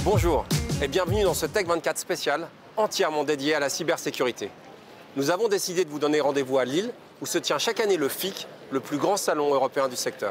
Bonjour et bienvenue dans ce Tech 24 spécial entièrement dédié à la cybersécurité. Nous avons décidé de vous donner rendez-vous à Lille où se tient chaque année le FIC, le plus grand salon européen du secteur.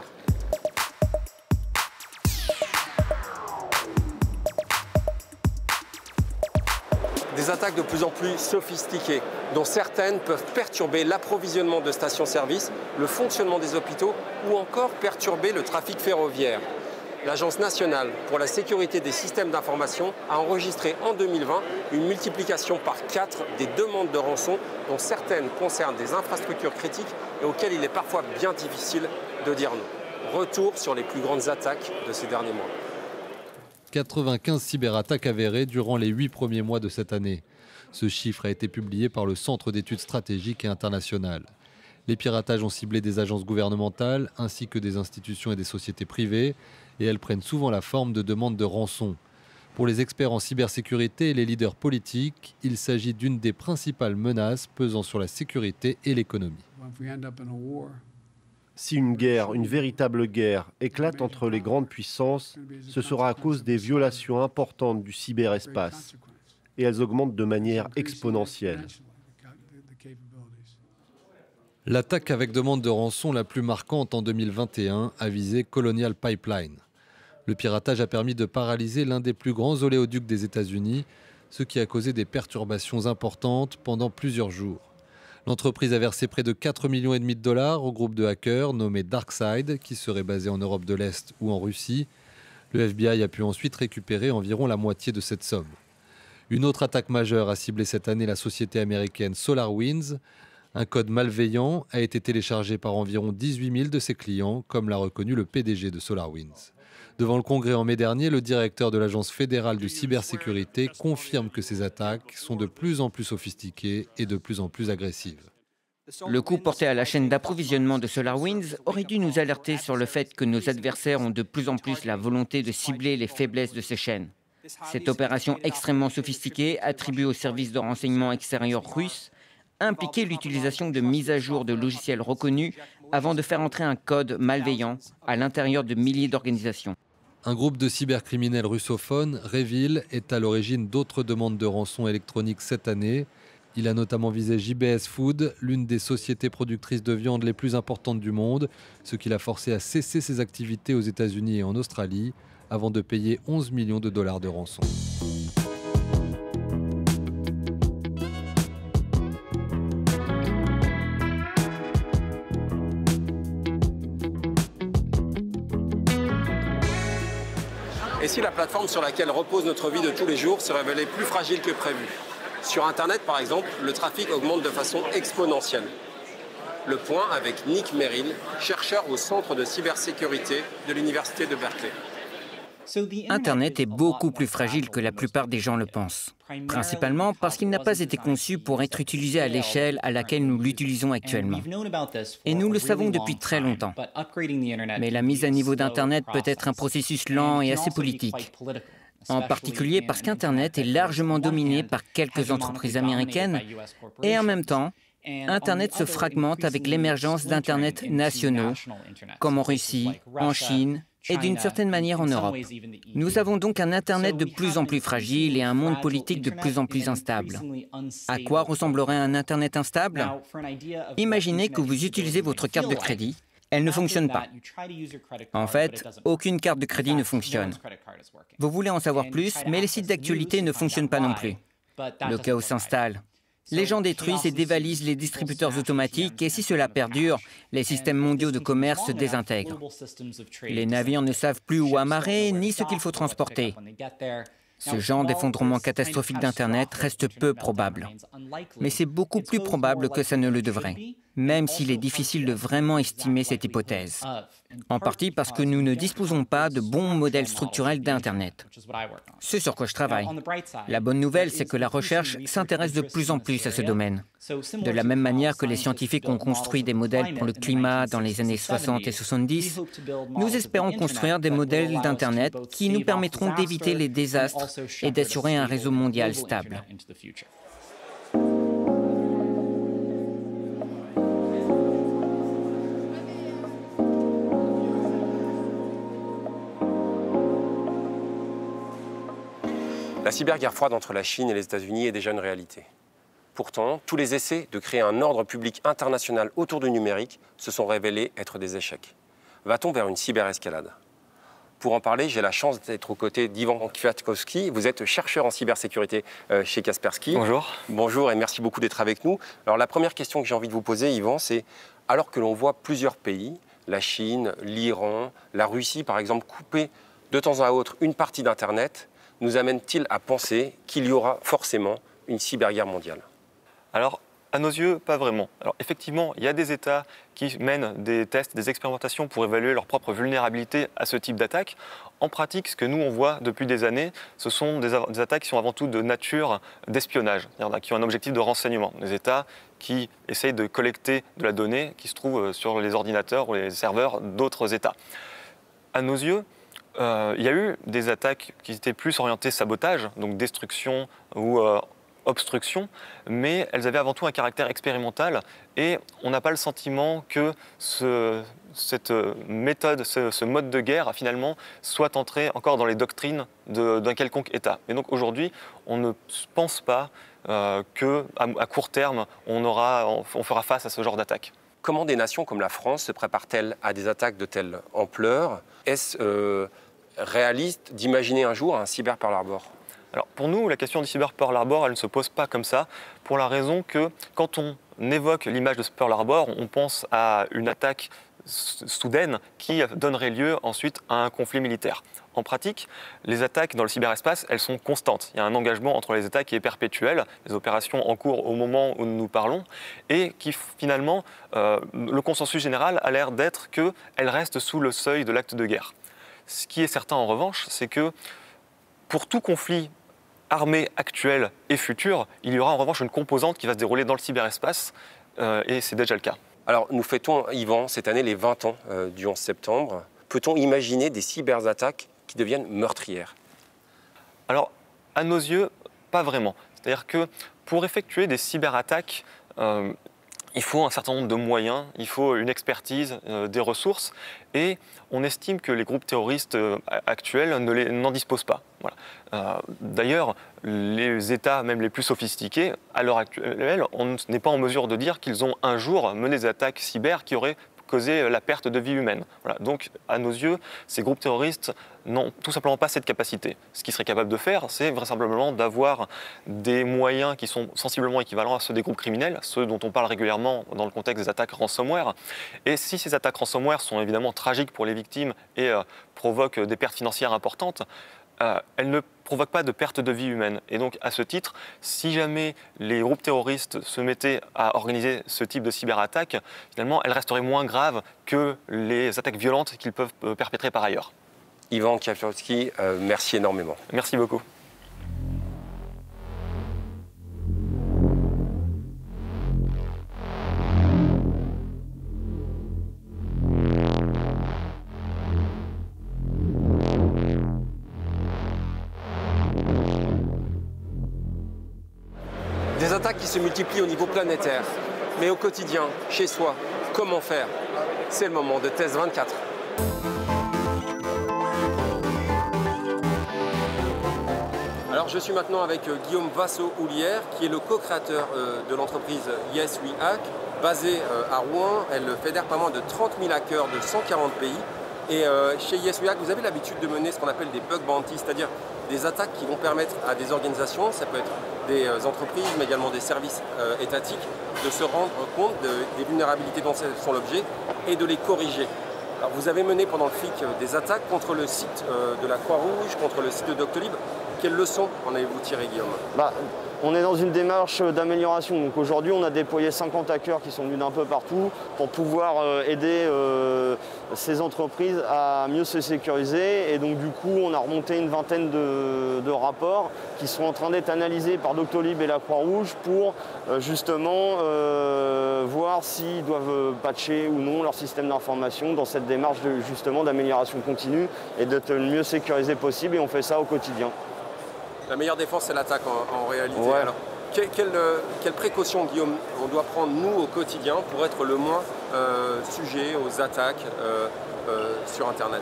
Des attaques de plus en plus sophistiquées, dont certaines peuvent perturber l'approvisionnement de stations-service, le fonctionnement des hôpitaux ou encore perturber le trafic ferroviaire. L'Agence nationale pour la sécurité des systèmes d'information a enregistré en 2020 une multiplication par 4 des demandes de rançon, dont certaines concernent des infrastructures critiques et auxquelles il est parfois bien difficile de dire non. Retour sur les plus grandes attaques de ces derniers mois. 95 cyberattaques avérées durant les 8 premiers mois de cette année. Ce chiffre a été publié par le Centre d'études stratégiques et internationales. Les piratages ont ciblé des agences gouvernementales ainsi que des institutions et des sociétés privées et elles prennent souvent la forme de demandes de rançon. Pour les experts en cybersécurité et les leaders politiques, il s'agit d'une des principales menaces pesant sur la sécurité et l'économie. Si une guerre, une véritable guerre, éclate entre les grandes puissances, ce sera à cause des violations importantes du cyberespace. Et elles augmentent de manière exponentielle. L'attaque avec demande de rançon la plus marquante en 2021 a visé Colonial Pipeline. Le piratage a permis de paralyser l'un des plus grands oléoducs des États-Unis, ce qui a causé des perturbations importantes pendant plusieurs jours. L'entreprise a versé près de 4,5 millions de dollars au groupe de hackers nommé DarkSide, qui serait basé en Europe de l'Est ou en Russie. Le FBI a pu ensuite récupérer environ la moitié de cette somme. Une autre attaque majeure a ciblé cette année la société américaine SolarWinds. Un code malveillant a été téléchargé par environ 18 000 de ses clients, comme l'a reconnu le PDG de SolarWinds. Devant le Congrès en mai dernier, le directeur de l'Agence fédérale de cybersécurité confirme que ces attaques sont de plus en plus sophistiquées et de plus en plus agressives. Le coup porté à la chaîne d'approvisionnement de SolarWinds aurait dû nous alerter sur le fait que nos adversaires ont de plus en plus la volonté de cibler les faiblesses de ces chaînes. Cette opération extrêmement sophistiquée, attribuée aux services de renseignement extérieur russes, impliquait l'utilisation de mises à jour de logiciels reconnus avant de faire entrer un code malveillant à l'intérieur de milliers d'organisations. Un groupe de cybercriminels russophones, Revil, est à l'origine d'autres demandes de rançon électronique cette année. Il a notamment visé JBS Food, l'une des sociétés productrices de viande les plus importantes du monde, ce qui l'a forcé à cesser ses activités aux États-Unis et en Australie, avant de payer 11 millions de dollars de rançon. Et si la plateforme sur laquelle repose notre vie de tous les jours se révélait plus fragile que prévu? Sur Internet, par exemple, le trafic augmente de façon exponentielle. Le point avec Nick Merrill, chercheur au Centre de cybersécurité de l'Université de Berkeley. Internet est beaucoup plus fragile que la plupart des gens le pensent. Principalement parce qu'il n'a pas été conçu pour être utilisé à l'échelle à laquelle nous l'utilisons actuellement. Et nous le savons depuis très longtemps. Mais la mise à niveau d'Internet peut être un processus lent et assez politique. En particulier parce qu'Internet est largement dominé par quelques entreprises américaines et en même temps, Internet se fragmente avec l'émergence d'Internet nationaux, comme en Russie, en Chine et d'une certaine manière en Europe. Nous avons donc un Internet de plus en plus fragile et un monde politique de plus en plus instable. À quoi ressemblerait un Internet instable? Imaginez que vous utilisez votre carte de crédit. Elle ne fonctionne pas. En fait, aucune carte de crédit ne fonctionne. Vous voulez en savoir plus, mais les sites d'actualité ne fonctionnent pas non plus. Le chaos s'installe. Les gens détruisent et dévalisent les distributeurs automatiques et si cela perdure, les systèmes mondiaux de commerce se désintègrent. Les navires ne savent plus où amarrer ni ce qu'il faut transporter. Ce genre d'effondrement catastrophique d'Internet reste peu probable. Mais c'est beaucoup plus probable que ça ne le devrait, même s'il est difficile de vraiment estimer cette hypothèse. En partie parce que nous ne disposons pas de bons modèles structurels d'Internet. Ce sur quoi je travaille. La bonne nouvelle, c'est que la recherche s'intéresse de plus en plus à ce domaine. De la même manière que les scientifiques ont construit des modèles pour le climat dans les années 60 et 70, nous espérons construire des modèles d'Internet qui nous permettront d'éviter les désastres et d'assurer un réseau mondial stable. La cyberguerre froide entre la Chine et les États-Unis est déjà une réalité. Pourtant, tous les essais de créer un ordre public international autour du numérique se sont révélés être des échecs. Va-t-on vers une cyberescalade? Pour en parler, j'ai la chance d'être aux côtés d'Ivan Kwiatkowski. Vous êtes chercheur en cybersécurité chez Kaspersky. Bonjour. Bonjour et merci beaucoup d'être avec nous. Alors la première question que j'ai envie de vous poser, Ivan, c'est alors que l'on voit plusieurs pays, la Chine, l'Iran, la Russie par exemple, couper de temps à autre une partie d'Internet, nous amène-t-il à penser qu'il y aura forcément une cyberguerre mondiale? Alors, à nos yeux, pas vraiment. Alors, effectivement, il y a des États qui mènent des tests, des expérimentations pour évaluer leur propre vulnérabilité à ce type d'attaque. En pratique, ce que nous, on voit depuis des années, ce sont des attaques qui sont avant tout de nature d'espionnage, c'est-à-dire qui ont un objectif de renseignement. Des États qui essayent de collecter de la donnée qui se trouve sur les ordinateurs ou les serveurs d'autres États. À nos yeux, il y a eu des attaques qui étaient plus orientées sabotage, donc destruction ou obstruction, mais elles avaient avant tout un caractère expérimental et on n'a pas le sentiment que cette méthode, ce mode de guerre, finalement, soit entré encore dans les doctrines d'un quelconque État. Et donc aujourd'hui, on ne pense pas qu'à court terme, on fera face à ce genre d'attaque. Comment des nations comme la France se préparent-elles à des attaques de telle ampleur? Est-ce réaliste d'imaginer un jour un cyber Pearl Harbor? Alors pour nous, la question du cyber Pearl Harbor, elle ne se pose pas comme ça, pour la raison que quand on évoque l'image de Pearl Harbor, on pense à une attaque soudaine qui donnerait lieu ensuite à un conflit militaire. En pratique, les attaques dans le cyberespace, elles sont constantes. Il y a un engagement entre les États qui est perpétuel, les opérations en cours au moment où nous parlons, et qui finalement, le consensus général a l'air d'être qu'elles restent sous le seuil de l'acte de guerre. Ce qui est certain en revanche, c'est que pour tout conflit armé actuel et futur, il y aura en revanche une composante qui va se dérouler dans le cyberespace, et c'est déjà le cas. Alors, nous fêtons, Ivan, cette année les 20 ans du 11 septembre. Peut-on imaginer des cyberattaques qui deviennent meurtrières? Alors, à nos yeux, pas vraiment. C'est-à-dire que pour effectuer des cyberattaques, il faut un certain nombre de moyens, il faut une expertise, des ressources, et on estime que les groupes terroristes actuels n'en disposent pas. Voilà. D'ailleurs, les États, même les plus sophistiqués, à l'heure actuelle, on n'est pas en mesure de dire qu'ils ont un jour mené des attaques cyber qui auraient causé la perte de vie humaine. Voilà. Donc, à nos yeux, ces groupes terroristes n'ont tout simplement pas cette capacité. Ce qu'ils seraient capables de faire, c'est vraisemblablement d'avoir des moyens qui sont sensiblement équivalents à ceux des groupes criminels, ceux dont on parle régulièrement dans le contexte des attaques ransomware. Et si ces attaques ransomware sont évidemment tragiques pour les victimes et provoquent des pertes financières importantes, elles ne provoquent pas de perte de vie humaine. Et donc, à ce titre, si jamais les groupes terroristes se mettaient à organiser ce type de cyberattaque, finalement, elles resteraient moins graves que les attaques violentes qu'ils peuvent perpétrer par ailleurs. Ivan Kwiatkowski, merci énormément. Merci beaucoup. Des attaques qui se multiplient au niveau planétaire. Mais au quotidien, chez soi, comment faire? C'est le moment de Test 24. Alors je suis maintenant avec Guillaume Vassaux-Houlière, qui est le co-créateur de l'entreprise Yes We Hack, basée à Rouen. Elle fédère pas moins de 30 000 hackers de 140 pays. Et chez Yes We Hack, vous avez l'habitude de mener ce qu'on appelle des bug bounties, c'est-à-dire des attaques qui vont permettre à des organisations, ça peut être des entreprises, mais également des services étatiques, de se rendre compte des vulnérabilités dont sont l'objet et de les corriger. Alors, vous avez mené pendant le FIC des attaques contre le site de la Croix-Rouge, contre le site de Doctolib. Quelles leçons en avez-vous tiré, Guillaume? On est dans une démarche d'amélioration. Donc aujourd'hui, on a déployé 50 hackers qui sont venus d'un peu partout pour pouvoir aider ces entreprises à mieux se sécuriser. Et donc du coup, on a remonté une vingtaine de rapports qui sont en train d'être analysés par Doctolib et la Croix-Rouge pour justement voir s'ils doivent patcher ou non leur système d'information dans cette démarche justement d'amélioration continue et d'être le mieux sécurisé possible. Et on fait ça au quotidien. La meilleure défense, c'est l'attaque en réalité. Ouais. Alors, quelles précautions, Guillaume, on doit prendre, nous, au quotidien, pour être le moins sujet aux attaques sur Internet?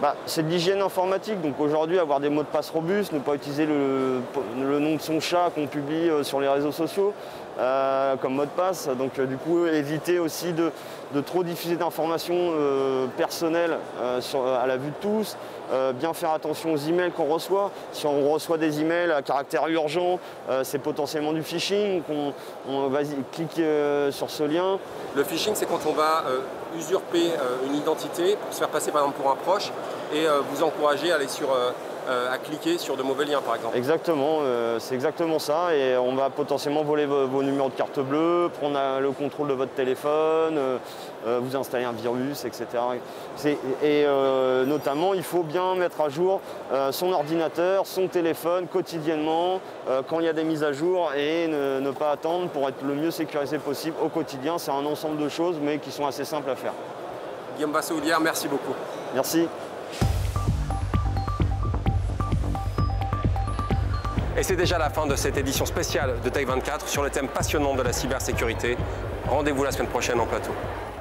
C'est de l'hygiène informatique. Donc aujourd'hui, avoir des mots de passe robustes, ne pas utiliser le nom de son chat qu'on publie sur les réseaux sociaux comme mot de passe. Donc du coup, éviter aussi de trop diffuser d'informations personnelles à la vue de tous. Bien faire attention aux emails qu'on reçoit. Si on reçoit des emails à caractère urgent, c'est potentiellement du phishing. On clique sur ce lien. Le phishing, c'est quand on va usurper une identité pour se faire passer par exemple pour un proche et vous encourager à aller à cliquer sur de mauvais liens par exemple. Exactement, c'est exactement ça, et on va potentiellement voler vos numéros de carte bleue, prendre le contrôle de votre téléphone, vous installer un virus, etc. Et notamment, il faut bien mettre à jour son ordinateur, son téléphone quotidiennement, quand il y a des mises à jour, et ne pas attendre pour être le mieux sécurisé possible au quotidien. C'est un ensemble de choses, mais qui sont assez simples à faire. Guillaume Bassoulière, merci beaucoup. Merci. Et c'est déjà la fin de cette édition spéciale de Tech24 sur le thème passionnant de la cybersécurité. Rendez-vous la semaine prochaine en plateau.